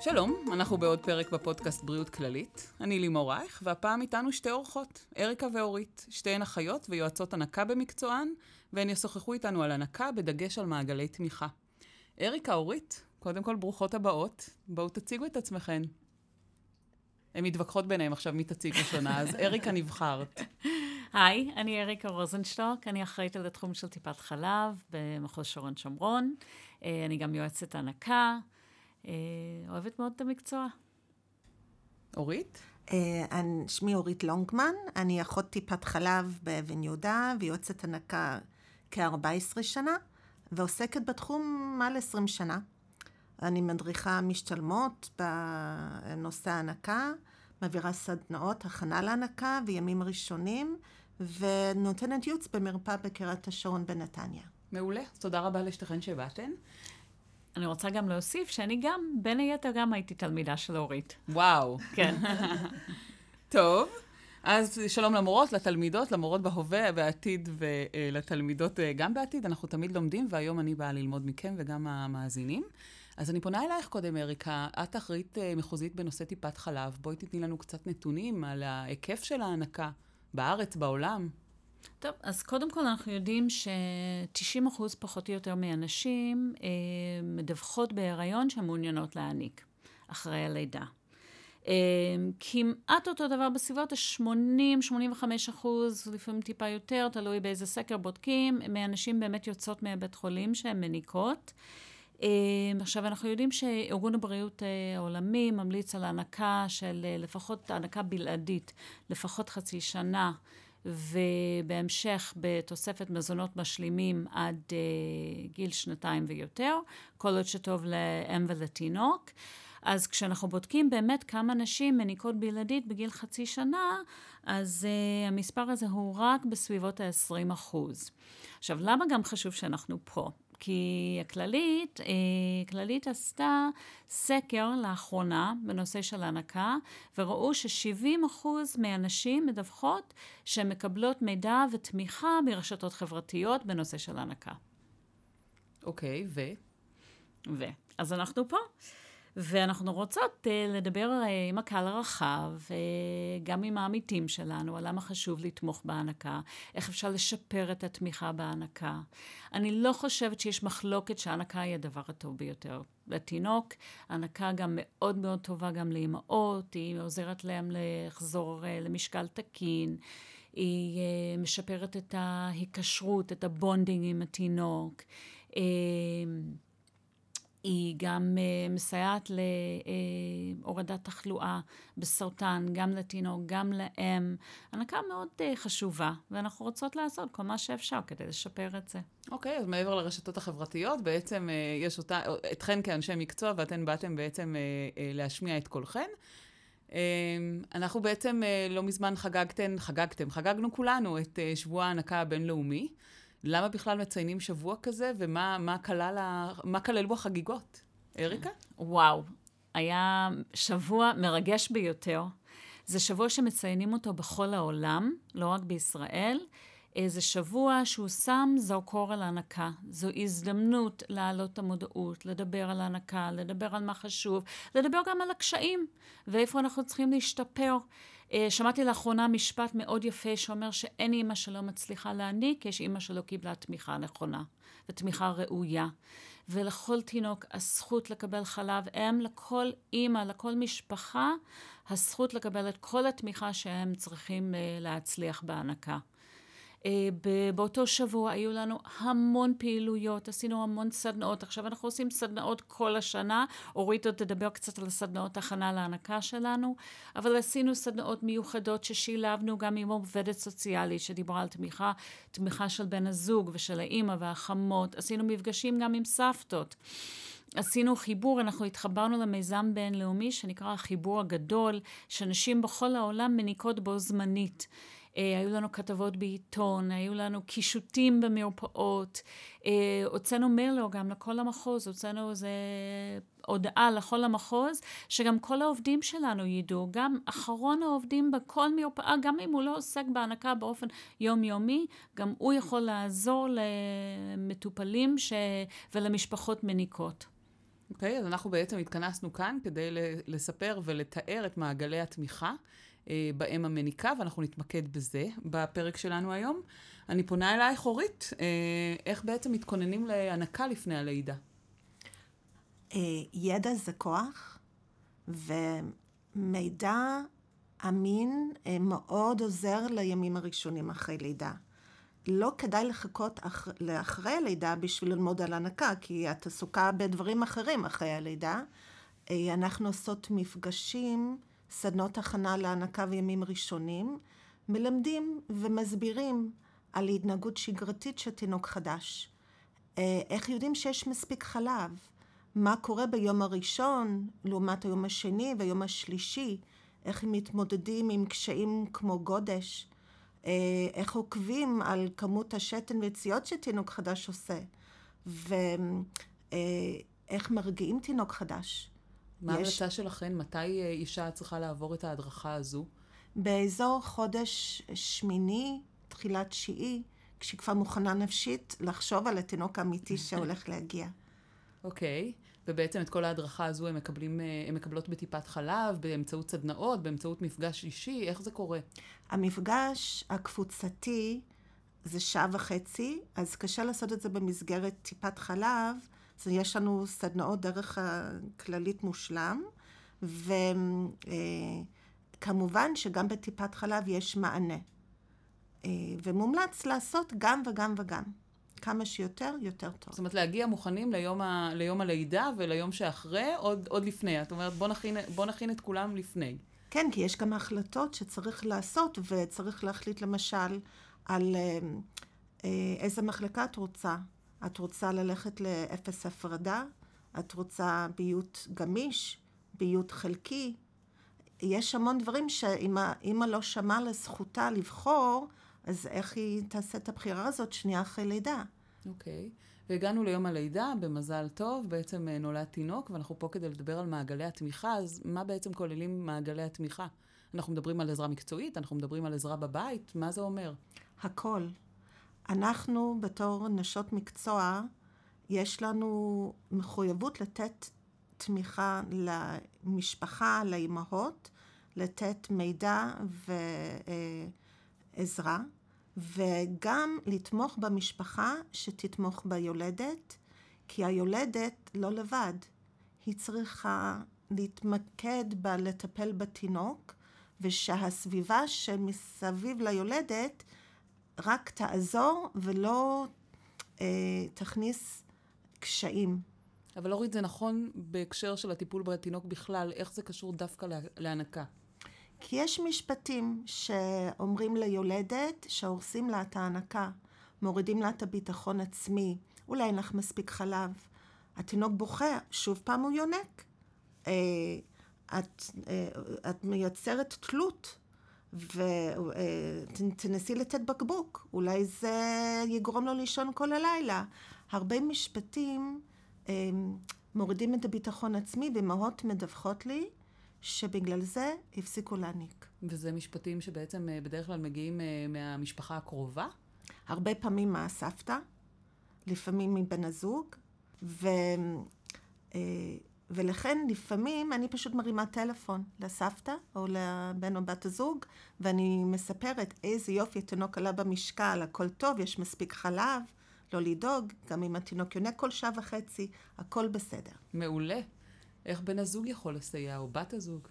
שלום, אנחנו בעוד פרק בפודקאסט בריאות כללית. אני לימור רייך, והפעם איתנו שתי אורחות, אריקה ואורית, שתיהן אחיות ויועצות הנקה במקצוען, והן ישוחחו איתנו על הנקה בדגש על מעגלי תמיכה. אריקה, אורית, קודם כל ברוכות הבאות, בואו תציגו את עצמכן. הן מתווכחות ביניהם עכשיו מי תציג ראשונה, אז אריקה נבחרת. היי, אני אריקה רוזנשטוק, אני אחראית על התחום של טיפת חלב במחוז שרון שומרון. אני גם יועצת הנקה, אוהבת מאוד את המקצוע. אורית? שמי אורית לונגמן, אני אחות טיפת חלב באבן יהודה ויועצת הנקה כ-14 שנה, ועוסקת בתחום מעל 20 שנה. אני מדריכה משתלמות בנושא הנקה, מעבירה סדנאות, הכנה להנקה וימים ראשונים, ונותנת ייעוץ במרפאה בקריית השרון בנתניה. מעולה, תודה רבה לשתיכן שבאתן. אני רוצה גם להוסיף שאני גם, בין היתר גם הייתי תלמידה של אורית. וואו. כן. טוב, אז שלום למורות, לתלמידות, למורות בהווה, בעתיד ולתלמידות גם בעתיד. אנחנו תמיד לומדים, והיום אני באה ללמוד מכם וגם המאזינים. אז אני פונה אלייך קודם, אריקה. את אחראית מחוזית בנושא טיפת חלב. בואי תתני לנו קצת נתונים על ההיקף של ההנקה בארץ, בעולם. טוב, אז קודם כל אנחנו יודעים ש90% פחות או יותר מהנשים מדווחות בהיריון שהן מעוניינות להעניק אחרי הלידה. כמעט אותו דבר בסביבות ה-80-85%, לפעמים טיפה יותר, תלוי באיזה סקר בודקים, מהנשים באמת יוצאות מהבית חולים שהן מניקות. עכשיו אנחנו יודעים שארגון הבריאות העולמי ממליץ על הענקה של לפחות הענקה בלעדית, לפחות חצי שנה, ובהמשך בתוספת מזונות משלימים עד גיל 2 ויותר, כל עוד שטוב לאם ולתינוק. אז כשאנחנו בודקים באמת כמה נשים מניקות בלעדית בגיל חצי שנה, אז המספר הזה הוא רק בסביבות ה-20%. עכשיו, למה גם חשוב שאנחנו פה? כי הכללית עשתה סקר לאחרונה בנושא של הנקה, וראו ש70% מהנשים מדווחות שהן מקבלות מידע ותמיכה ברשתות חברתיות בנושא של הנקה. אוקיי, אז אנחנו פה. ואנחנו רוצות לדבר עם הקהל הרחב, גם עם העמיתים שלנו, על למה חשוב לתמוך בהנקה, איך אפשר לשפר את התמיכה בהנקה. אני לא חושבת שיש מחלוקת שההנקה היא הדבר הטוב ביותר. לתינוק, ההנקה גם מאוד מאוד טובה גם לאמהות, היא עוזרת להם לחזור למשקל תקין, היא משפרת את ההיקשרות, את הבונדינג עם התינוק, היא גם מסייעת להורדת תחלואה בסרטן, גם לתינוק, גם לאם. הנקה מאוד חשובה, ואנחנו רוצות לעשות כל מה שאפשר כדי לשפר את זה. אוקיי, אז מעבר לרשתות החברתיות, בעצם יש אתכן כאנשי מקצוע, ואתן באתם בעצם להשמיע את קולכן. אנחנו בעצם לא מזמן חגגנו כולנו את שבוע ההנקה הבינלאומי. למה בכלל מציינים שבוע כזה, ומה כללו החגיגות? אריקה? וואו, היה שבוע מרגש ביותר. זה שבוע שמציינים אותו בכל העולם, לא רק בישראל. זה שבוע שהוא שם זרקור על ההנקה. זו הזדמנות להעלות את המודעות, לדבר על ההנקה, לדבר על מה חשוב, לדבר גם על הקשיים, ואיפה אנחנו צריכים להשתפר. שמעתי לאחרונה משפט מאוד יפה שאומר שאין אמא שלא מצליחה להעניק, יש אמא שלא קיבלה תמיכה נכונה ותמיכה ראויה. ולכל תינוק הזכות לקבל חלב אם, לכל אמא, לכל משפחה, הזכות לקבל את כל התמיכה שהם צריכים להצליח בהנקה. באותו שבוע היו לנו המון פעילויות, עשינו המון סדנאות, עכשיו אנחנו עושים סדנאות כל השנה, אורית עוד תדבר קצת על הסדנאות הכנה להנקה שלנו, אבל עשינו סדנאות מיוחדות ששילבנו גם עם עובדת סוציאלית שדיברה על תמיכה של בן הזוג ושל האמא והחמות, עשינו מפגשים גם עם סבתות. עשינו חיבור, אנחנו התחברנו למיזם בינלאומי שנקרא החיבור הגדול, שנשים בכל העולם מניקות בו זמנית. היו לנו כתבות בעיתון, היו לנו קישוטים במרפאות, הוצאנו מייל גם לכל המחוז, הוצאנו איזה הודעה לכל המחוז, שגם כל העובדים שלנו ידעו, גם אחרון העובדים בכל מרפאה, גם אם הוא לא עוסק בהנקה באופן יומיומי, גם הוא יכול לעזור למטופלים ולמשפחות מניקות. אוקיי, אז אנחנו בעצם התכנסנו כאן כדי לספר ולתאר את מעגלי התמיכה באם המניקה, ואנחנו נתמקד בזה בפרק שלנו היום. אני פונה אלייך, אורית, איך בעצם מתכוננים להנקה לפני הלידה? ידע זה כוח, ומידע אמין מאוד עוזר לימים הראשונים אחרי לידה. לא כדאי לחכות לאחרי הלידה בשביל ללמוד על הנקה, כי את עסוקה בדברים אחרים אחרי הלידה. אנחנו עושות מפגשים, סדנות הכנה להנקה וימים ראשונים, מלמדים ומסבירים על התנהגות שגרתית של תינוק חדש. איך יודעים שיש מספיק חלב? מה קורה ביום הראשון לעומת היום השני והיום השלישי? איך הם מתמודדים עם קשיים כמו גודש? איך עוקבים על כמות השתן ויציאות שתינוק חדש עושה? ואיך מרגיעים תינוק חדש? מה ההמלצה שלכן? מתי אישה צריכה לעבור את ההדרכה הזו? באזור חודש שמיני, תחילת תשיעי, כשהיא כבר מוכנה נפשית לחשוב על התינוק האמיתי שהולך להגיע. אוקיי, ובעצם את כל ההדרכה הזו הן מקבלות בטיפת חלב, באמצעות סדנאות, באמצעות מפגש אישי, איך זה קורה? המפגש הקבוצתי זה 1.5 שעות, אז קשה לעשות את זה במסגרת טיפת חלב, אז יש לנו סדנאות דרך הכללית מושלם, וכמובן שגם בטיפת חלב יש מענה. ומומלץ לעשות גם וגם וגם. כמה שיותר, יותר טוב. זאת אומרת, להגיע מוכנים ליום הלידה וליום שאחרי, עוד לפני. את אומרת, בוא נכין את כולם לפני. כן, כי יש גם החלטות שצריך לעשות, וצריך להחליט למשל על איזה מחלקה את רוצה. את רוצה ללכת לאפס הפרדה? את רוצה ביות גמיש? ביות חלקי? יש המון דברים שאם האמא לא שמעה לזכותה לבחור, אז איך היא תעשה את הבחירה הזאת שנייה אחרי לידה? אוקיי. והגענו ליום הלידה, במזל טוב, בעצם נולד תינוק, ואנחנו פה כדי לדבר על מעגלי התמיכה, אז מה בעצם כוללים מעגלי התמיכה? אנחנו מדברים על עזרה מקצועית, אנחנו מדברים על עזרה בבית, מה זה אומר? הכל. אנחנו בתור נשות מקצוע, יש לנו מחויבות לתת תמיכה למשפחה, לאימהות, לתת מידע ועזרה, וגם לתמוך במשפחה שתתמוך ביולדת, כי היולדת לא לבד. היא צריכה להתמקד לטפל בתינוק, ושהסביבה שמסביב ליולדת רק תעזור ולא תכניס קשיים. אבל אורית, זה נכון בהקשר של הטיפול בתינוק בכלל, איך זה קשור דווקא להנקה? כי יש משפטים שאומרים ליולדת שהורסים לה את ההנקה, מורידים לה את הביטחון עצמי, אולי אין לך מספיק חלב, התינוק בוכה, שוב פעם הוא יונק. את מייצרת תלות, ותנסי לתת בקבוק, אולי זה יגרום לו לישון כל הלילה. הרבה משפטים מורידים את הביטחון עצמי, ואימהות מדווחות לי שבגלל זה הפסיקו להניק. וזה משפטים שבעצם בדרך כלל מגיעים מהמשפחה הקרובה? הרבה פעמים מהסבתא, לפעמים מבן הזוג, ולכן לפעמים אני פשוט מרימה טלפון לסבתא או לבן או בת הזוג, ואני מספרת איזה יופי, התינוק עלה במשקל, הכל טוב, יש מספיק חלב, לא לדאוג, גם אם התינוק יונק כל 1.5 שעות, הכל בסדר. מעולה. איך בן הזוג יכול לסייע, או בת הזוג?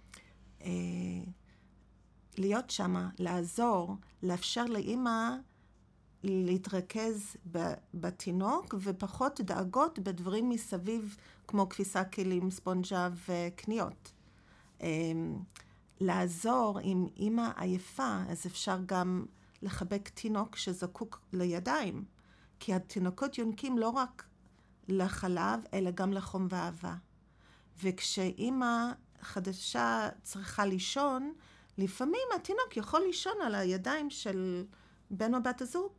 להיות שמה, לעזור, לאפשר לאמא להתרכז בתינוק, ופחות דאגות בדברים מסביב, כמו כביסה כלים, ספונג'ה וקניות. לעזור עם אמא עייפה, אז אפשר גם לחבק תינוק שזקוק לידיים, כי התינוקות יונקים לא רק לחלב, אלא גם לחום ואהבה. וכשאמא חדשה צריכה לישון, לפעמים התינוק יכול לישון על הידיים של בן או בת הזוג,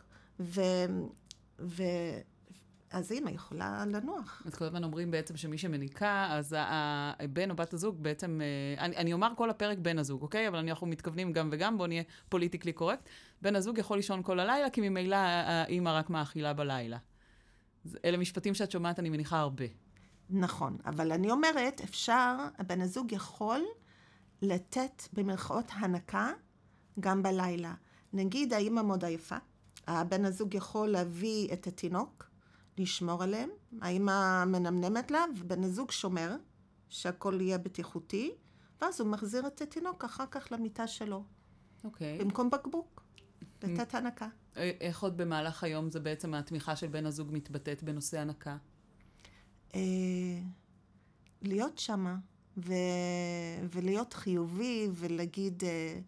אז אמא יכולה לנוח. אז כל הזמן אומרים בעצם שמי שמניקה, אז הבן או בת הזוג בעצם, אני אומר כל הפרק בן הזוג, אוקיי? אבל אנחנו מתכוונים גם וגם, בוא נהיה פוליטיקלי קורקט. בן הזוג יכול לישון כל הלילה, כי ממילא האמא רק מאכילה בלילה. אלה משפטים שאת שומעת, אני מניחה הרבה. נכון, אבל אני אומרת, הבן הזוג יכול לתת במרכאות הנקה גם בלילה. נגיד, האמא מאוד עייפה, הבן הזוג יכול להביא את התינוק, לשמור עליהם, האמא מנמנמת לה, ובן הזוג שומר, שהכל יהיה בטיחותי, ואז הוא מחזיר את התינוק אחר כך למיטה שלו. אוקיי. במקום בקבוק, לתת הנקה. איך עוד במהלך היום זה בעצם התמיכה של בן הזוג מתבטאת בנושא הנקה? להיות שמה, ולהיות חיובי, ולהגיד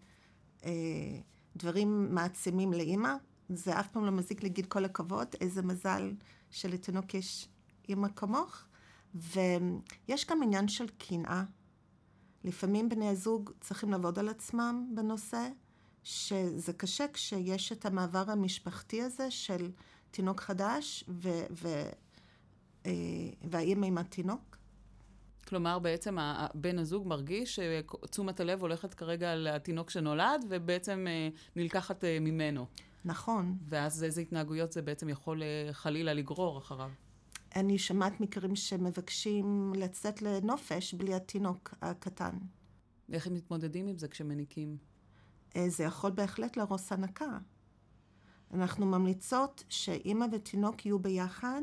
דברים מעצימים לאמא. זה אף פעם לא מזיק להגיד כל הכבוד, איזה מזל שלתינוק יש אמא כמוך. ויש גם עניין של קנאה. לפעמים בני הזוג צריכים לעבוד על עצמם בנושא, שזה קשה כשיש את המעבר המשפחתי הזה של תינוק חדש והאמא עם התינוק. כלומר, בעצם בן הזוג מרגיש שתשומת הלב הולכת כרגע לתינוק שנולד, ובעצם נלקחת ממנו. נכון. ואז איזה התנהגויות זה בעצם יכול חלילה לגרור אחריו? אני שמעת מקרים שמבקשים לצאת לנופש בלי התינוק הקטן. איך הם מתמודדים עם זה כשמניקים? זה יכול בהחלט להרוס הנקה. אנחנו ממליצות שאמא ותינוק יהיו ביחד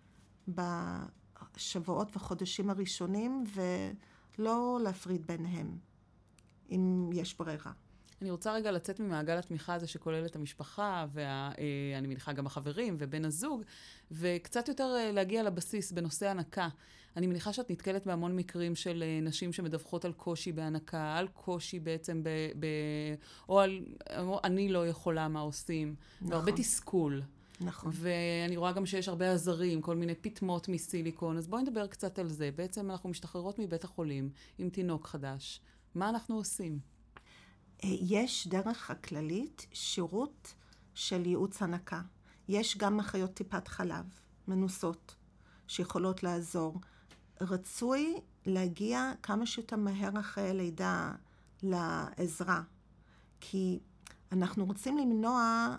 בשבועות וחודשים הראשונים, ולא להפריד ביניהם, אם יש ברירה. אני רוצה רגע לצאת ממעגל התמיכה הזה שכולל את המשפחה, ואני מניחה גם החברים ובן הזוג, וקצת יותר להגיע לבסיס בנושא הנקה. אני מניחה שאת נתקלת בהמון מקרים של נשים שמדווחות על קושי בהנקה, על קושי בעצם או על אני לא יכולה מה עושים, נכון. והרבה תסכול. נכון. ואני רואה גם שיש הרבה עזרים, כל מיני פטמות מסיליקון, אז בואי נדבר קצת על זה. בעצם אנחנו משתחררות מבית החולים עם תינוק חדש. מה אנחנו עושים? יש דרך הכללית שירות של ייעוץ הנקה. יש גם אחיות טיפת חלב, מנוסות, שיכולות לעזור. רצוי להגיע כמה שיותר מהר אחרי הלידה לעזרה, כי אנחנו רוצים למנוע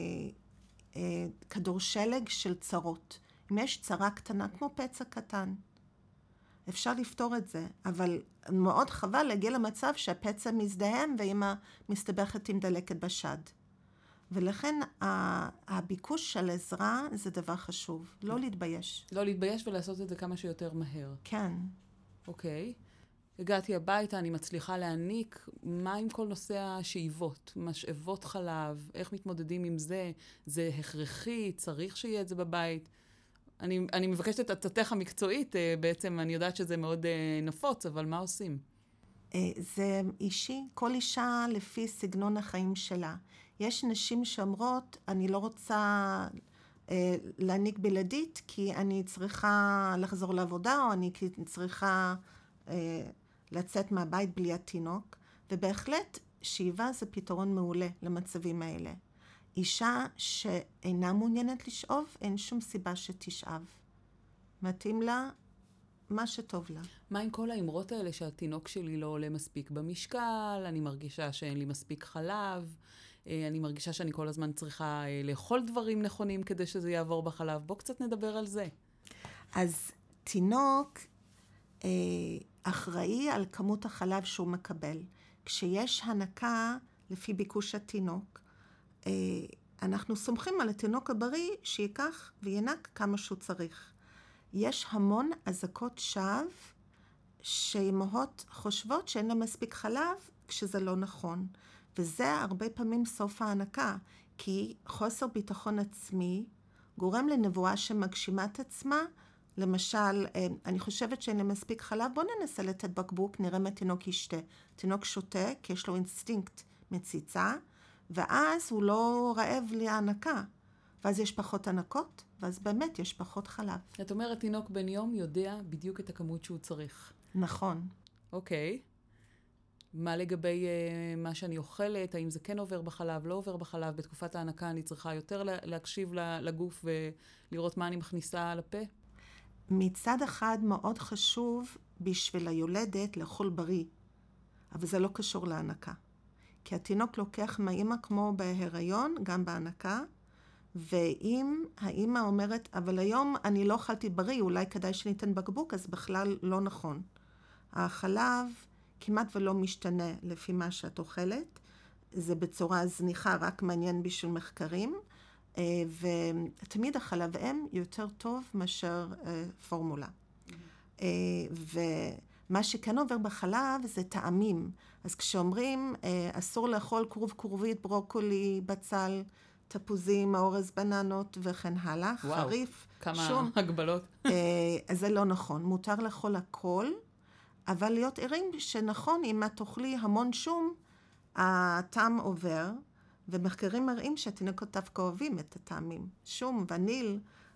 כדור שלג של צרות. אם יש צרה קטנה כמו פצע קטן, אפשר לפתור את זה, אבל מאוד חבל להגיע למצב שהפצע מזדהם ואמא מסתבכת עם דלקת בשד. ולכן הביקוש של עזרה זה דבר חשוב, לא להתבייש. לא להתבייש ולעשות את זה כמה שיותר מהר. כן. אוקיי. הגעתי הביתה, אני מצליחה להעניק. מה עם כל נושא השאיבות? משאבות חלב? איך מתמודדים עם זה? זה הכרחי? צריך שיהיה את זה בבית? אני מבקשת את עצתך המקצועית, בעצם אני יודעת שזה מאוד נפוץ, אבל מה עושים? זה אישי, כל אישה לפי סגנון החיים שלה. יש נשים שאומרות, אני לא רוצה להעניק בלעדית, כי אני צריכה לחזור לעבודה, או אני צריכה לצאת מהבית בלי התינוק, ובהחלט שאיבה זה פתרון מעולה למצבים האלה. אישה שאינה מעוניינת לשאוב, אין שום סיבה שתשאב. מתאים לה מה שטוב לה. מה עם כל האמרות האלה שהתינוק שלי לא עולה מספיק במשקל, אני מרגישה שאין לי מספיק חלב, אני מרגישה שאני כל הזמן צריכה לאכול דברים נכונים כדי שזה יעבור בחלב. בוא קצת נדבר על זה. אז תינוק אחראי על כמות החלב שהוא מקבל. כשיש הנקה לפי ביקוש התינוק, אנחנו סומכים על התינוק הבריא שיקח וינק כמה שהוא צריך. יש המון אזעקות שווא שאימהות חושבות שאין לה מספיק חלב כשזה לא נכון. וזה הרבה פעמים סוף ההנקה, כי חוסר ביטחון עצמי גורם לנבואה שמגשימה את עצמה. למשל, אני חושבת שאין לה מספיק חלב, בוא ננסה לתת בקבוק, נראה מה תינוק ישתה. תינוק שותה כי יש לו אינסטינקט מציצה, ואז הוא לא רעב להנקה. ואז יש פחות הנקות, ואז באמת יש פחות חלב. את אומרת, תינוק בן יום יודע בדיוק את הכמות שהוא צריך. נכון. אוקיי. מה לגבי מה שאני אוכלת? האם זה כן עובר בחלב, לא עובר בחלב? בתקופת ההנקה אני צריכה יותר להקשיב לגוף ולראות מה אני מכניסה לפה? מצד אחד מאוד חשוב בשביל היולדת לאכול בריא, אבל זה לא קשור להנקה. כי התינוק לוקח מהאמא כמו בהיריון, גם בהנקה, ואם האמא אומרת, אבל היום אני לא אכלתי בריא, אולי כדאי שניתן בקבוק, אז בכלל לא נכון. החלב כמעט ולא משתנה לפי מה שאת אוכלת. זה בצורה זניחה, רק מעניין בשביל מחקרים. ותמיד החלב אם יותר טוב מאשר פורמולה. ומה שכן עובר בחלב זה טעמים. אז כשאומרים, אסור לאכול כרוב כרובית, ברוקולי, בצל, תפוזים, אורז, בננות וכן הלאה. וואו, חריף, כמה שום. הגבלות. אז זה לא נכון. מותר לאכול הכל, אבל להיות ערים שנכון, אם את תאכלי המון שום, הטעם עובר, ומחקרים מראים שהתינוקות דווקא אוהבים את הטעמים. שום, וניל,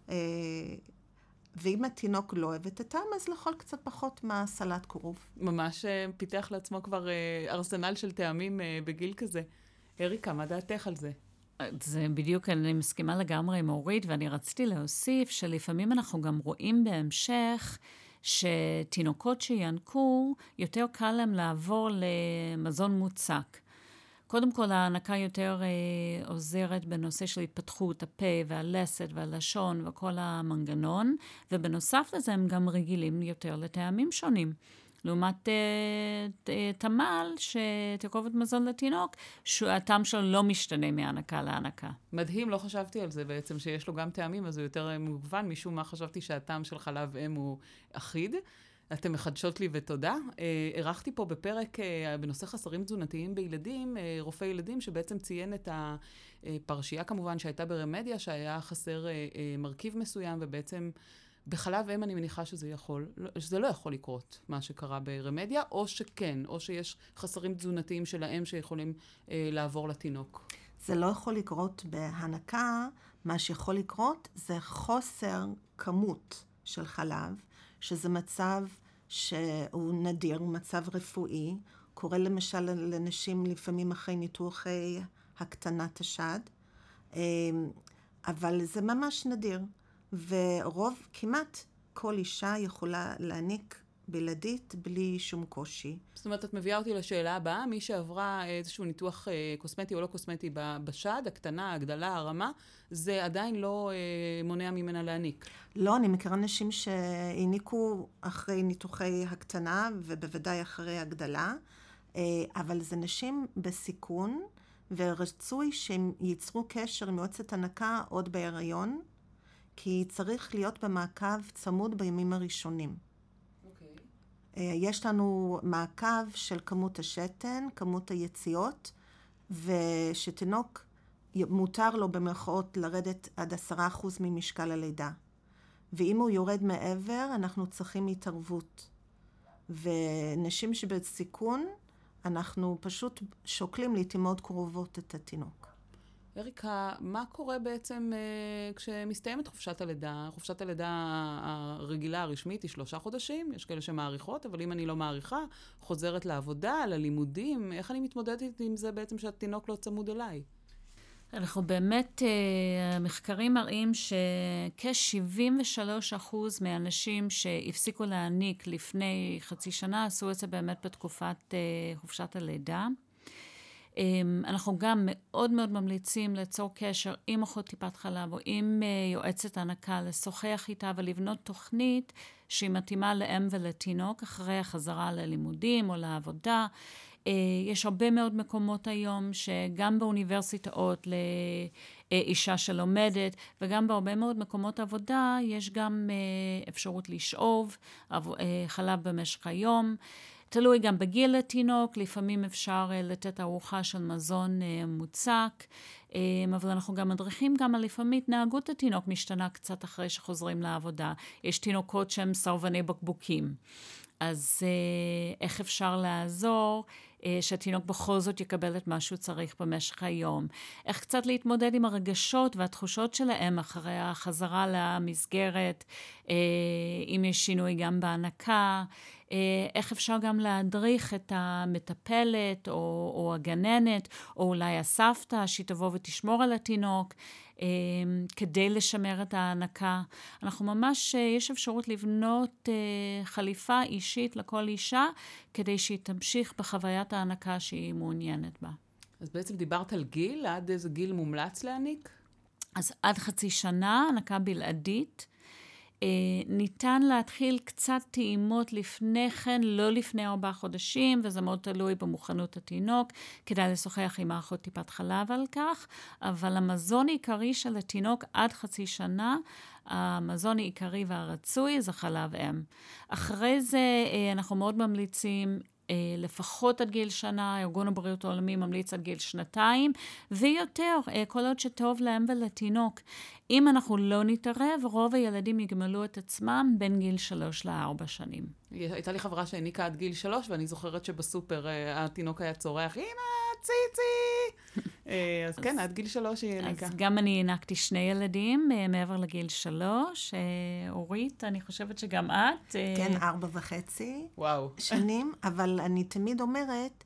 ואם התינוק לא אוהב את הטעם, אז לאכול קצת פחות מהסלט כרוב. ממש פיתח לעצמו כבר ארסנל של טעמים בגיל כזה. אריקה, מה דעתך על זה? זה בדיוק, אני מסכימה לגמרי עם אורית, ואני רציתי להוסיף שלפעמים אנחנו גם רואים בהמשך שתינוקות שינקו, יותר קל להם לעבור למזון מוצק. קודם כל, ההנקה יותר עוזרת בנושא של התפתחות הפה והלסת והלשון וכל המנגנון, ובנוסף לזה הם גם רגילים יותר לטעמים שונים. לעומת תמל, שתרכובת מזון לתינוק, שהטעם שלו לא משתנה מהנקה להנקה. מדהים, לא חשבתי על זה בעצם, שיש לו גם טעמים, אז הוא יותר מגוון. משום מה חשבתי שהטעם של חלב אם הוא אחיד. אתם מחדשות לי ותודה. ערכתי פה בפרק בנושא חסרים תזונתיים בילדים, רופא ילדים שבעצם ציין את הפרשייה כמובן שהייתה ברמדיה, שהיה חסר מרכיב מסוים, ובעצם בחלב אם אני מניחה שזה לא יכול לקרות, מה שקרה ברמדיה, או שכן, או שיש חסרים תזונתיים של האם שיכולים לעבור לתינוק. זה לא יכול לקרות בהנקה, מה שיכול לקרות זה חוסר כמות של חלב, שזה מצב שהוא נדיר, הוא מצב רפואי, קורה למשל לנשים לפעמים אחרי ניתוחי הקטנת השד, אבל זה ממש נדיר, ורוב, כמעט כל אישה יכולה להניק בלעדית בלי שום קושי. זאת אומרת, את מביאה אותי לשאלה הבאה, מי שעברה איזשהו ניתוח קוסמטי או לא קוסמטי בשד, הקטנה, הגדלה, הרמה, זה עדיין לא מונע ממנה להניק. לא, אני מכירה נשים שהניקו אחרי ניתוחי הקטנה, ובוודאי אחרי הגדלה, אבל זה נשים בסיכון, ורצוי שהם ייצרו קשר עם יועצת הנקה עוד בהיריון, כי צריך להיות במעקב צמוד בימים הראשונים. יש לנו מעקב של כמות השתן, כמות היציאות, ושתינוק מותר לו במרכאות לרדת עד 10% ממשקל הלידה. ואם הוא יורד מעבר, אנחנו צריכים התערבות. ונשים שבסיכון, אנחנו פשוט שוקלים לעתים מאוד קרובות את התינוק. אריקה, מה קורה בעצם כשמסתיימת חופשת הלידה? חופשת הלידה הרגילה הרשמית היא 3 חודשים, יש כאלה שמעריכות, אבל אם אני לא מעריכה, חוזרת לעבודה, ללימודים, איך אני מתמודדת עם זה בעצם שהתינוק לא צמוד אליי? אנחנו באמת, המחקרים מראים שכ-73% מהאנשים שהפסיקו להעניק לפני חצי שנה, עשו את זה באמת בתקופת חופשת הלידה. אנחנו גם מאוד מאוד ממליצים ליצור קשר עם אחות טיפת חלב או עם יועצת הנקה, לשוחח איתה ולבנות תוכנית שהיא מתאימה לאם ולתינוק אחרי החזרה ללימודים או לעבודה. יש הרבה מאוד מקומות היום שגם באוניברסיטאות לאישה שלומדת וגם בהרבה מאוד מקומות עבודה יש גם אפשרות לשאוב חלב במשך היום. תלוי גם בגיל לתינוק, לפעמים אפשר לתת ארוחה של מזון מוצק, אבל אנחנו גם מדריכים גם על לפעמים התנהגות התינוק משתנה קצת אחרי שחוזרים לעבודה. יש תינוקות שהם סרבני בקבוקים, אז איך אפשר לעזור שהתינוק בכל זאת יקבל את מה שהוא צריך במשך היום. איך קצת להתמודד עם הרגשות והתחושות שלהם אחרי החזרה למסגרת, אם יש שינוי גם בהנקה, איך אפשר גם להדריך את המטפלת או הגננת, או אולי הסבתא שתבוא ותשמור על התינוק, כדי לשמר את ההנקה. אנחנו ממש, יש אפשרות לבנות חליפה אישית לכל אישה, כדי שהיא תמשיך בחוויית ההנקה שהיא מעוניינת בה. אז בעצם דיברת על גיל, עד איזה גיל מומלץ להעניק? אז עד חצי שנה, הנקה בלעדית. ניתן להתחיל קצת טעימות לפני כן, לא לפני 4 חודשים, וזה מאוד תלוי במוכנות התינוק. כדאי לשוחח עם האחות טיפת חלב על כך, אבל המזון העיקרי של התינוק עד חצי שנה, המזון העיקרי והרצוי זה חלב אם. אחרי זה אנחנו מאוד ממליצים לפחות עד גיל שנה, ארגון הבריאות העולמי ממליץ עד גיל 2 ויותר, כל עוד שטוב להם ולתינוק. אם אנחנו לא נתערב, רוב הילדים יגמלו את עצמם בין גיל 3 ל4 שנים. הייתה לי חברה שהעניקה עד גיל 3, ואני זוכרת שבסופר התינוק היה צורח, אמא, ציצי! אז כן, עד גיל 3 היא העניקה. אז גם אני הענקתי 2 ילדים מעבר לגיל 3. אורית, אני חושבת שגם את. כן, 4.5 שנים, אבל אני תמיד אומרת,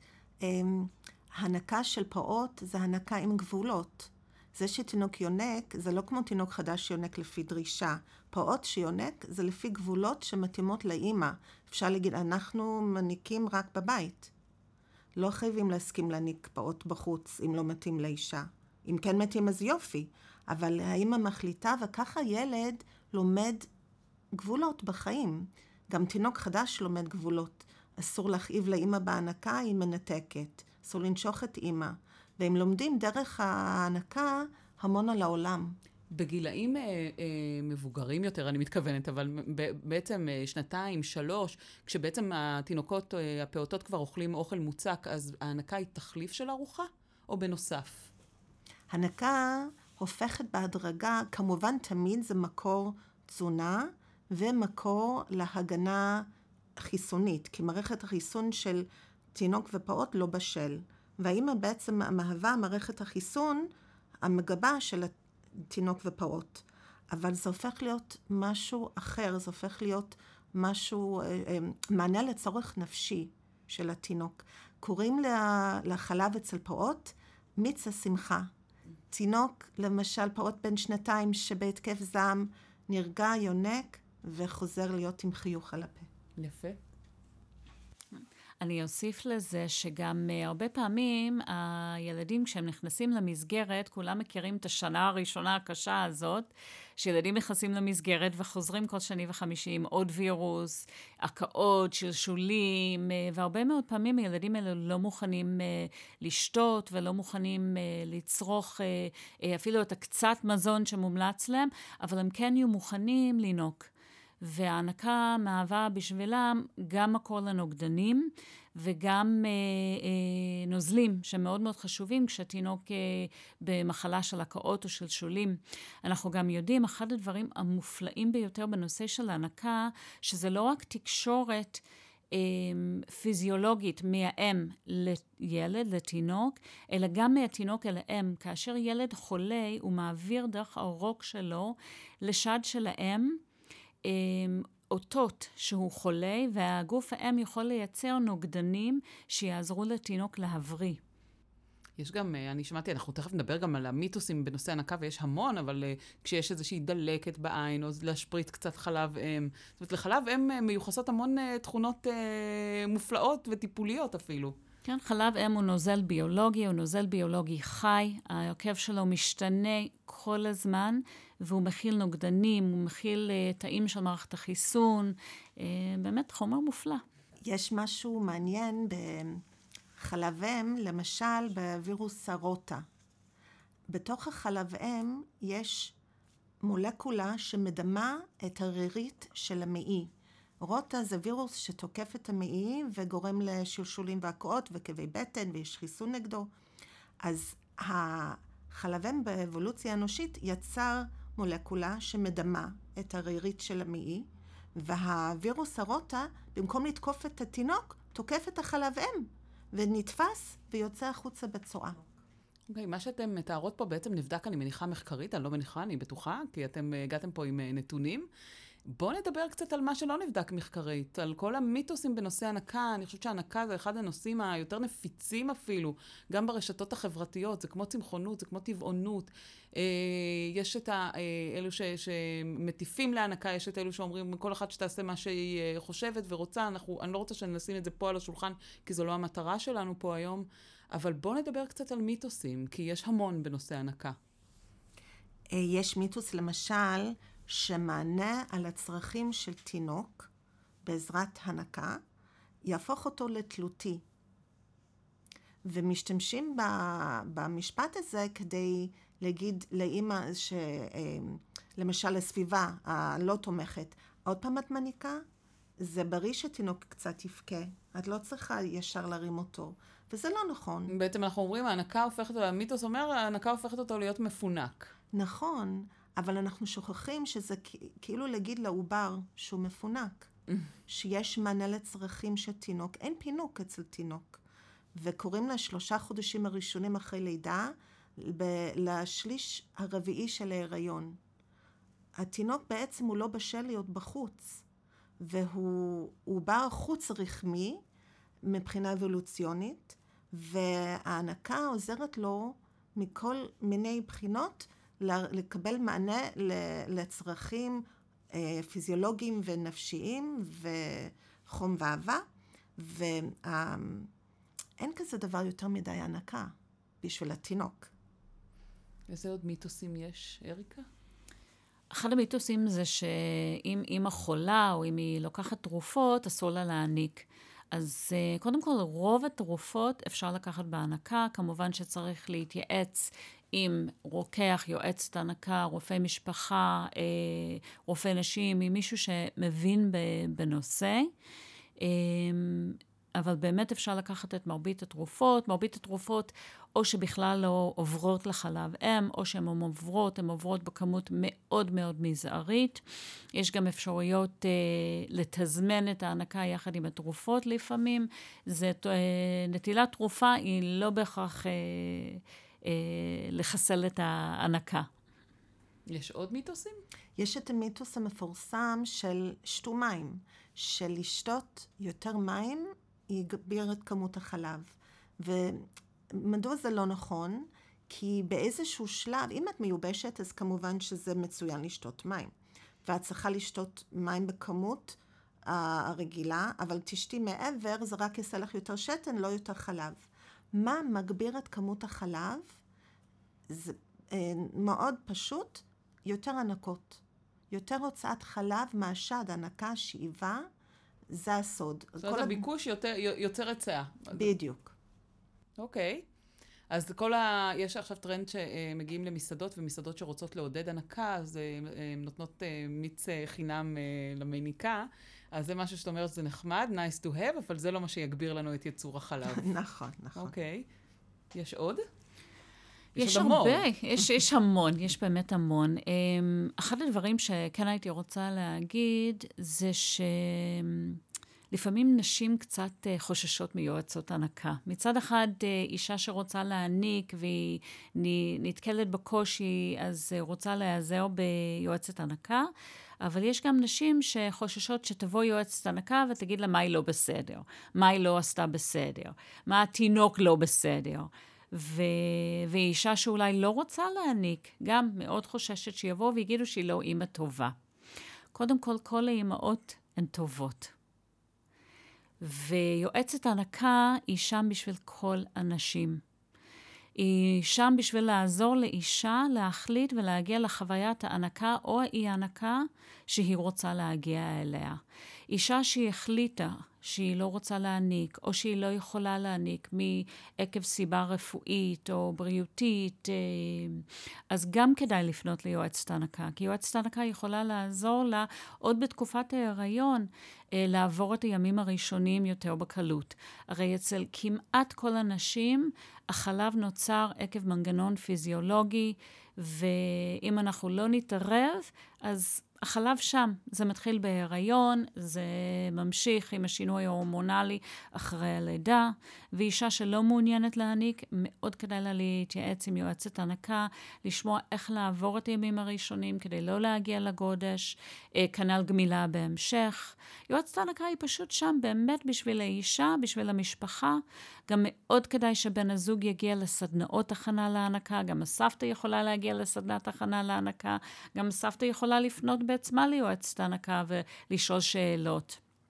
הנקה של פעוט זה הנקה עם גבולות. זה שתינוק יונק, זה לא כמו תינוק חדש שיונק לפי דרישה. פעוט שיונק זה לפי גבולות שמתאימות לאמא. אפשר להגיד, אנחנו מניקים רק בבית. לא חייבים להסכים להניק פעוט בחוץ, אם לא מתאים לאישה. אם כן מתאים אז יופי. אבל האמא מחליטה, וככה ילד לומד גבולות בחיים. גם תינוק חדש לומד גבולות. אסור להכאיב לאמא בהנקה, היא מנתקת. אסור לנשוך את אמא. והם לומדים דרך ההנקה המון על העולם. בגילאים מבוגרים יותר, אני מתכוונת, אבל בעצם 2, 3, כשבעצם התינוקות, הפעוטות כבר אוכלים אוכל מוצק, אז ההנקה היא תחליף של ארוחה, או בנוסף? הנקה הופכת בהדרגה, כמובן תמיד זה מקור תזונה, ומקור להגנה חיסונית, כי מערכת החיסון של תינוק ופעוט לא בשל. והאמא בעצם מהווה מערכת החיסון המגבה של התינוק ופעוט. אבל זה הופך להיות משהו אחר, זה הופך להיות משהו, מענה לצורך נפשי של התינוק. קוראים לחלב אצל פעוט מיץ השמחה. תינוק, למשל פעוט בן 2 שבהתקף זעם נרגע, יונק וחוזר להיות עם חיוך על הפה. יפה. אני אוסיף לזה שגם הרבה פעמים הילדים כשהם נכנסים למסגרת, כולם מכירים את השנה הראשונה הקשה הזאת, שילדים נכנסים למסגרת וחוזרים כל שני וחמישי עם עוד וירוס, הקאות, שלשולים, והרבה מאוד פעמים הילדים האלה לא מוכנים לשתות ולא מוכנים לצרוך אפילו את הקצת מזון שמומלץ להם, אבל הם כן יהיו מוכנים לינוק. וההנקה מהווה בשבילם גם מקור לנוגדנים וגם נוזלים שמאוד מאוד חשובים כשהתינוק במחלה של הקאות או של שולים. אנחנו גם יודעים, אחד הדברים המופלאים ביותר בנושא של ההנקה, שזה לא רק תקשורת פיזיולוגית מהאם לילד, לתינוק, אלא גם מהתינוק אל האם. כאשר ילד חולה, הוא מעביר דרך העורק שלו לשד של האם, אותות שהוא חולה, והגוף האם יכול לייצר נוגדנים שיעזרו לתינוק להבריא. יש גם, אני שמעתי, אנחנו תכף נדבר גם על המיתוסים בנושא הנקה, ויש המון, אבל כשיש איזושהי דלקת בעין, או להשפריץ קצת חלב אם. זאת אומרת, לחלב אם מיוחסות המון תכונות מופלאות וטיפוליות אפילו. כן, חלב אם הוא נוזל ביולוגי, הוא נוזל ביולוגי חי, ההרכב שלו משתנה כל הזמן, והוא מכיל נוגדנים, הוא מכיל תאים של מערכת החיסון, באמת חומר מופלא. יש משהו מעניין בחלב אם, למשל בווירוס הרוטה. בתוך החלב אם יש מולקולה שמדמה את הרירית של המעי. רוטה זה וירוס שתוקף את המעי וגורם לשלשולים והקאות וכאבי בטן ויש חיסון נגדו. אז החלב אם באבולוציה האנושית יצר מולקולה שמדמה את הרירית של המעי, והווירוס הרוטה, במקום לתקוף את התינוק, תוקף את החלב אם, ונתפס ויוצא החוצה בצואה. אוקיי, מה שאתם מתארות פה בעצם נבדק, אני מניחה מחקרית, אני לא מניחה, אני בטוחה, כי אתם הגעתם פה עם נתונים. בואו נדבר קצת על מה שלא נבדק מחקרית, על כל המיתוסים בנושא הנקה. אני חושבת שהנקה זה אחד הנושאים היותר נפיצים אפילו, גם ברשתות החברתיות, זה כמו צמחונות, זה כמו טבעונות. יש את אלו שמטיפים להנקה, יש את אלו שאומרים, כל אחת שתעשה מה שהיא חושבת ורוצה, אני לא רוצה שנשים את זה פה על השולחן, כי זו לא המטרה שלנו פה היום, אבל בואו נדבר קצת על מיתוסים, כי יש המון בנושא הנקה. יש מיתוס למשל שמענה על הצרכים של תינוק בעזרת הנקה, יהפוך אותו לתלותי. ומשתמשים במשפט הזה כדי להגיד לאמא למשל הסביבה הלא תומכת, עוד פעם את מניקה? זה בריא שתינוק קצת יפקה, את לא צריכה ישר להרים אותו, וזה לא נכון. בעצם אנחנו אומרים, המיתוס אומר, ההנקה הופכת אותו להיות מפונק. נכון, אבל אנחנו שוכחים שזה כאילו להגיד לעובר שהוא מפונק, שיש מענה לצרכים של תינוק, אין פינוק אצל תינוק, וקוראים לה 3 חודשים הראשונים אחרי לידה, לשליש הרביעי של ההיריון. התינוק בעצם הוא לא בשל להיות בחוץ, והוא בא חוץ רחמי מבחינה אבולוציונית, וההנקה עוזרת לו מכל מיני בחינות לקבל מענה לצרכים פיזיולוגיים ונפשיים וחום ואהבה, ואין כזה דבר יותר מדי הנקה בשביל התינוק. איזה עוד מיתוסים יש, אריקה? אחד המיתוסים זה שאם אמא חולה או אם היא לוקחת תרופות, אסור לה להעניק. אז קודם כל, רוב התרופות אפשר לקחת בהנקה, כמובן שצריך להתייעץ עם רוקח, יועצת הנקה, רופא משפחה, רופא נשים, עם מישהו שמבין בנושא. אבל באמת אפשר לקחת את מרבית התרופות, או שבכלל לא עוברות לחלב אם, או שהן עוברות בכמות מאוד מאוד מזערית. יש גם אפשרויות לתזמן את ההנקה יחד עם התרופות לפעמים. נטילת תרופה היא לא בהכרח לחסל את ההנקה. יש עוד מיתוסים? יש את המיתוס המפורסם של שתו מים, של לשתות יותר מים יגביר את כמות החלב. ומדוע זה לא נכון? כי באיזשהו שלב, אם את מיובשת, אז כמובן שזה מצוין לשתות מים. ואת צריכה לשתות מים בכמות הרגילה, אבל תשתי מעבר, זה רק יעשה לך יותר שתן, לא יותר חלב. מה מגביר את כמות החלב? זה מאוד פשוט, יותר הנקות. יותר הוצאת חלב מהשד, הנקה, שאיבה, זה הסוד. זאת אומרת, הביקוש יוצר היצע. בדיוק. אוקיי. אז יש עכשיו טרנד שמגיעים למסעדות, ומסעדות שרוצות לעודד הנקה, אז הן נותנות מיץ חינם למניקה. אז זה משהו שאת אומרת, זה נחמד, nice to have, אבל זה לא מה שיגביר לנו את יצור החלב. נכון, נכון. אוקיי. יש עוד? יש הרבה, יש המון, יש באמת המון. אחד הדברים שכן הייתי רוצה להגיד, זה שלפעמים נשים קצת חוששות מיועצות הנקה. מצד אחד, אישה שרוצה להעניק והיא נתקלת בקושי, אז רוצה להיעזר ביועצת הנקה, אבל יש גם נשים שחוששות שתבוא יועצת הנקה ותגיד לה מה היא לא בסדר, מה היא לא עשתה בסדר, מה התינוק לא בסדר. ואישה שאולי לא רוצה להעניק, גם מאוד חוששת שיבואו ויגידו שהיא לא אימא טובה. קודם כל האימהות הן טובות. ויועצת הנקה היא שם בשביל כל הנשים. היא שם בשביל לעזור לאישה להחליט ולהגיע לחוויית ההנקה או האי-הנקה שהיא רוצה להגיע אליה. אישה שהיא החליטה שהיא לא רוצה להעניק, או שהיא לא יכולה להעניק מעקב סיבה רפואית או בריאותית, אז גם כדאי לפנות ליועצת הנקה, כי יועצת הנקה יכולה לעזור לה עוד בתקופת ההיריון, לעבור את הימים הראשונים יותר בקלות. הרי אצל כמעט כל הנשים, החלב נוצר עקב מנגנון פיזיולוגי, ואם אנחנו לא נתערב, אז החלב שם, זה מתחיל בהיריון, זה ממשיך עם השינוי ההורמונלי אחרי הלידה, ואישה שלא מעוניינת להעניק, מאוד כדאי לה להתייעץ עם יועצת הנקה, לשמוע איך לעבור את הימים הראשונים כדי לא להגיע לגודש, כנ"ל גמילה בהמשך. יועצת הנקה היא פשוט שם באמת בשביל האישה, בשביל המשפחה. גם מאוד כדאי שבן הזוג יגיע לסדנאות הכנה להנקה, גם הסבתא יכולה להגיע לסדנת הכנה להנקה, גם הסבתא יכולה לפנות בעצמה ליועצת הנקה ולשאול שאלות.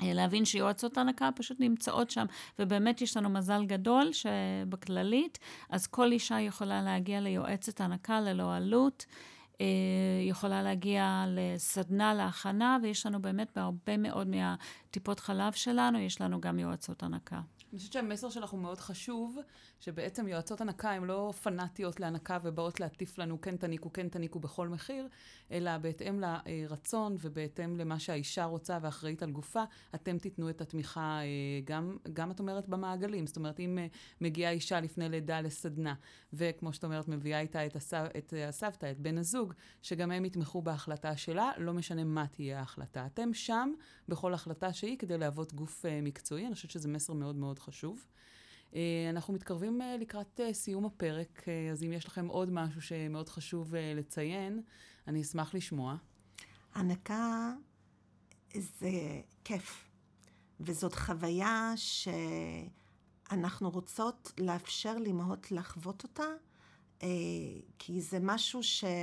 להבין שיועצות הנקה פשוט נמצאות שם, ובאמת יש לנו מזל גדול שבכללית, אז כל אישה יכולה להגיע ליועצת הנקה ללא עלות, יכולה להגיע לסדנה להכנה, ויש לנו באמת בהרבה מאוד מהטיפות חלב שלנו, יש לנו גם יועצות הנקה. אני חושבת שהמסר שלך הוא מאוד חשוב, שבעצם יועצות הנקה הן לא פנאטיות להנקה ובאות להטיף לנו כן תניקו בכל מחיר, אלא בהתאם לרצון ובהתאם למה שהאישה רוצה ואחראית על גופה, אתם תיתנו את התמיכה גם את אומרת במעגלים. זאת אומרת, אם מגיעה אישה לפני לידה לסדנה, וכמו שאת אומרת, מביאה איתה את הסבתא, את בן הזוג, שגם הם יתמכו בהחלטה שלה, לא משנה מה תהיה ההחלטה. אתם שם בכל החלטה שהיא כדי להוות גוף מקצועי. אני חושבת שזה מסר מאוד מאוד חשוב. אנחנו מתקרבים לקראת סיום הפרק, אז אם יש לכם עוד משהו שמאוד חשוב לציין, אני אשמח לשמוע. הנקה זה כיף, וזאת חוויה שאנחנו רוצות לאפשר לאמהות לחוות אותה, כי זה משהו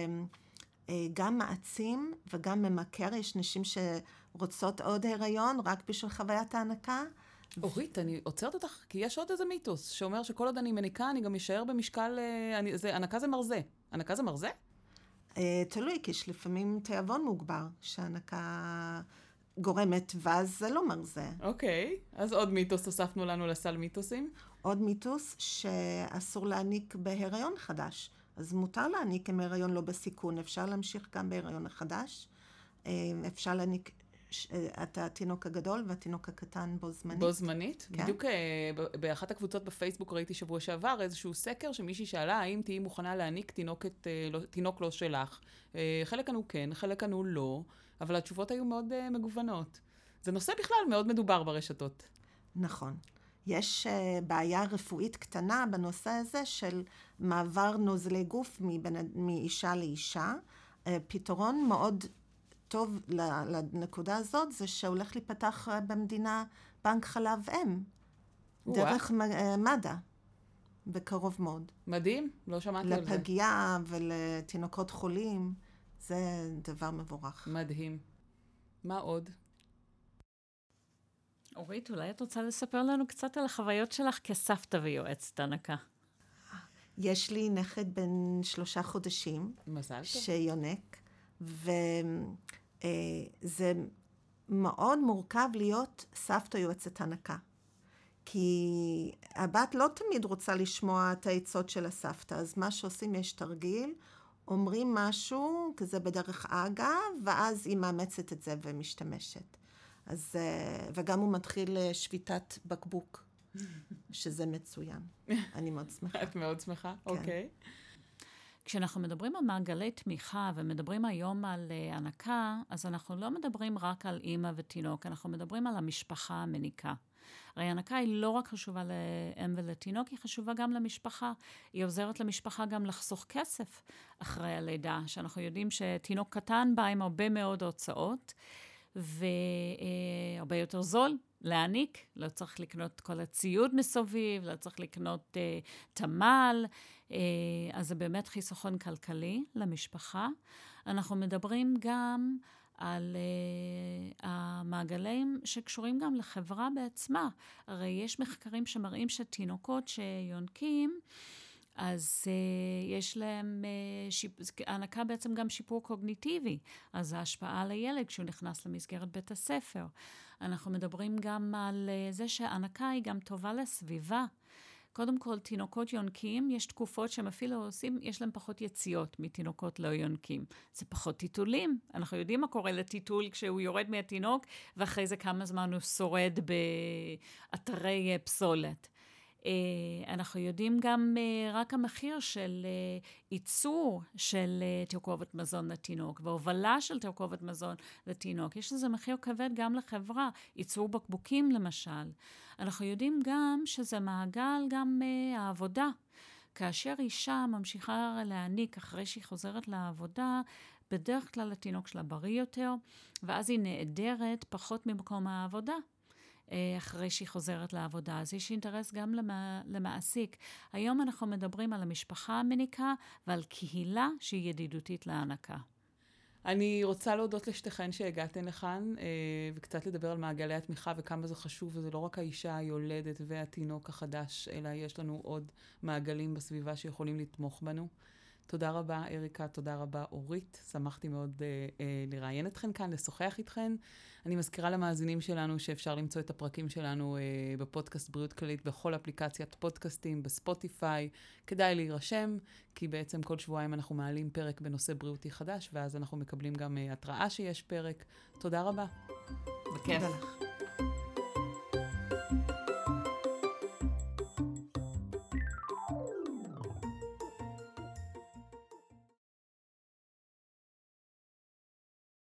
שגם מעצים וגם ממכר. יש נשים שרוצות עוד הריון רק בשביל חוויית ההנקה. אורית, אני עוצרת אותך, כי יש עוד איזה מיתוס שאומר שכל עוד אני מניקה, אני גם אשאר במשקל, הנקה זה מרזה. הנקה זה מרזה? תלוי, כי יש לפעמים תיאבון מוגבר, שהנקה גורמת, ואז זה לא מרזה. אוקיי, אז עוד מיתוס הוספנו לנו לסל מיתוסים. עוד מיתוס שאסור להניק בהיריון חדש. אז מותר להניק עם הריון לא בסיכון, אפשר להמשיך גם בהיריון החדש. אפשר להניק את התינוק הגדול והתינוק הקטן בו זמנית. בו זמנית? כן. בדיוק באחת הקבוצות בפייסבוק ראיתי שבוע שעבר איזשהו סקר שמישהי שאלה האם תהיי מוכנה להניק תינוק לא שלך. חלק ענו כן, חלק ענו לא, אבל התשובות היו מאוד מגוונות. זה נושא בכלל מאוד מדובר ברשתות. נכון. יש בעיה רפואית קטנה בנושא הזה של מעבר נוזלי גוף מאישה לאישה. פתרון מאוד טוב לנקודה הזאת זה שהולך להיפתח במדינה בנק חלב אם, דרך מד"א, בקרוב מאוד. מדהים, לא שמעתי על זה. לפגיעה ולתינוקות חולים, זה דבר מבורך. מדהים. מה עוד? אורית, אולי את רוצה לספר לנו קצת על החוויות שלך כסבתא ויועצת הנקה? יש לי נכד בן 3 חודשים. מזל טוב. שיונק, וזה מאוד מורכב להיות סבתא יועצת הנקה. כי הבת לא תמיד רוצה לשמוע את העצות של הסבתא, אז מה שעושים, יש תרגיל, אומרים משהו, כזה בדרך אגב, ואז היא מאמצת את זה ומשתמשת. אז, וגם הוא מתחיל שביתת בקבוק, שזה מצוין. אני מאוד שמחה. את מאוד שמחה? אוקיי. כשאנחנו מדברים על מעגלי תמיכה ומדברים היום על הנקה, אז אנחנו לא מדברים רק על אימא ותינוק, אנחנו מדברים על המשפחה המניקה. הרי הנקה היא לא רק חשובה לאם ולתינוק, היא חשובה גם למשפחה. היא עוזרת למשפחה גם לחסוך כסף אחרי הלידה, שאנחנו יודעים שתינוק קטן בא עם הרבה מאוד הוצאות, והרבה יותר זול להעניק, לא צריך לקנות כל הציוד מסביב, לא צריך לקנות תמל, אז זה באמת חיסכון כלכלי למשפחה. אנחנו מדברים גם על המעגלים שקשורים גם לחברה בעצמה. הרי יש מחקרים שמראים שתינוקות שיונקים, אז יש להם, ההנקה בעצם גם שיפור קוגניטיבי, אז ההשפעה על הילד כשהוא נכנס למסגרת בית הספר. אנחנו מדברים גם על זה שההנקה היא גם טובה לסביבה. קודם כל, תינוקות יונקים, יש תקופות שהם אפילו עושים, יש להם פחות יציאות מתינוקות לא יונקים. זה פחות טיטולים. אנחנו יודעים מה קורה לטיטול כשהוא יורד מהתינוק, ואחרי זה כמה זמן הוא שורד באתרי פסולת. אנחנו יודעים גם רק המחיר של ייצור של תרכובת מזון לתינוק, והובלה של תרכובת מזון לתינוק. יש לזה מחיר כבד גם לחברה, ייצור בקבוקים למשל. אנחנו יודעים גם שזה מעגל גם העבודה. כאשר אישה ממשיכה להעניק אחרי שהיא חוזרת לעבודה, בדרך כלל התינוק שלה בריא יותר, ואז היא נעדרת פחות ממקום העבודה. אחרי שהיא חוזרת לעבודה. אז יש אינטרס גם למעסיק. היום אנחנו מדברים על המשפחה המניקה ועל קהילה שהיא ידידותית להנקה. אני רוצה להודות לשתיכן שהגעתן לכאן, וקצת לדבר על מעגלי התמיכה וכמה זה חשוב, וזה לא רק האישה היולדת והתינוק החדש, אלא יש לנו עוד מעגלים בסביבה שיכולים לתמוך בנו. תודה רבה, אריקה, תודה רבה, אורית. שמחתי מאוד לראיין אתכן כאן, לשוחח איתכן. אני מזכירה למאזינים שלנו שאפשר למצוא את הפרקים שלנו בפודקאסט בריאות כללית, בכל אפליקציית פודקאסטים, בספוטיפיי. כדאי להירשם, כי בעצם כל שבועיים אנחנו מעלים פרק בנושא בריאותי חדש, ואז אנחנו מקבלים גם התראה שיש פרק. תודה רבה. בכיף. תודה לך.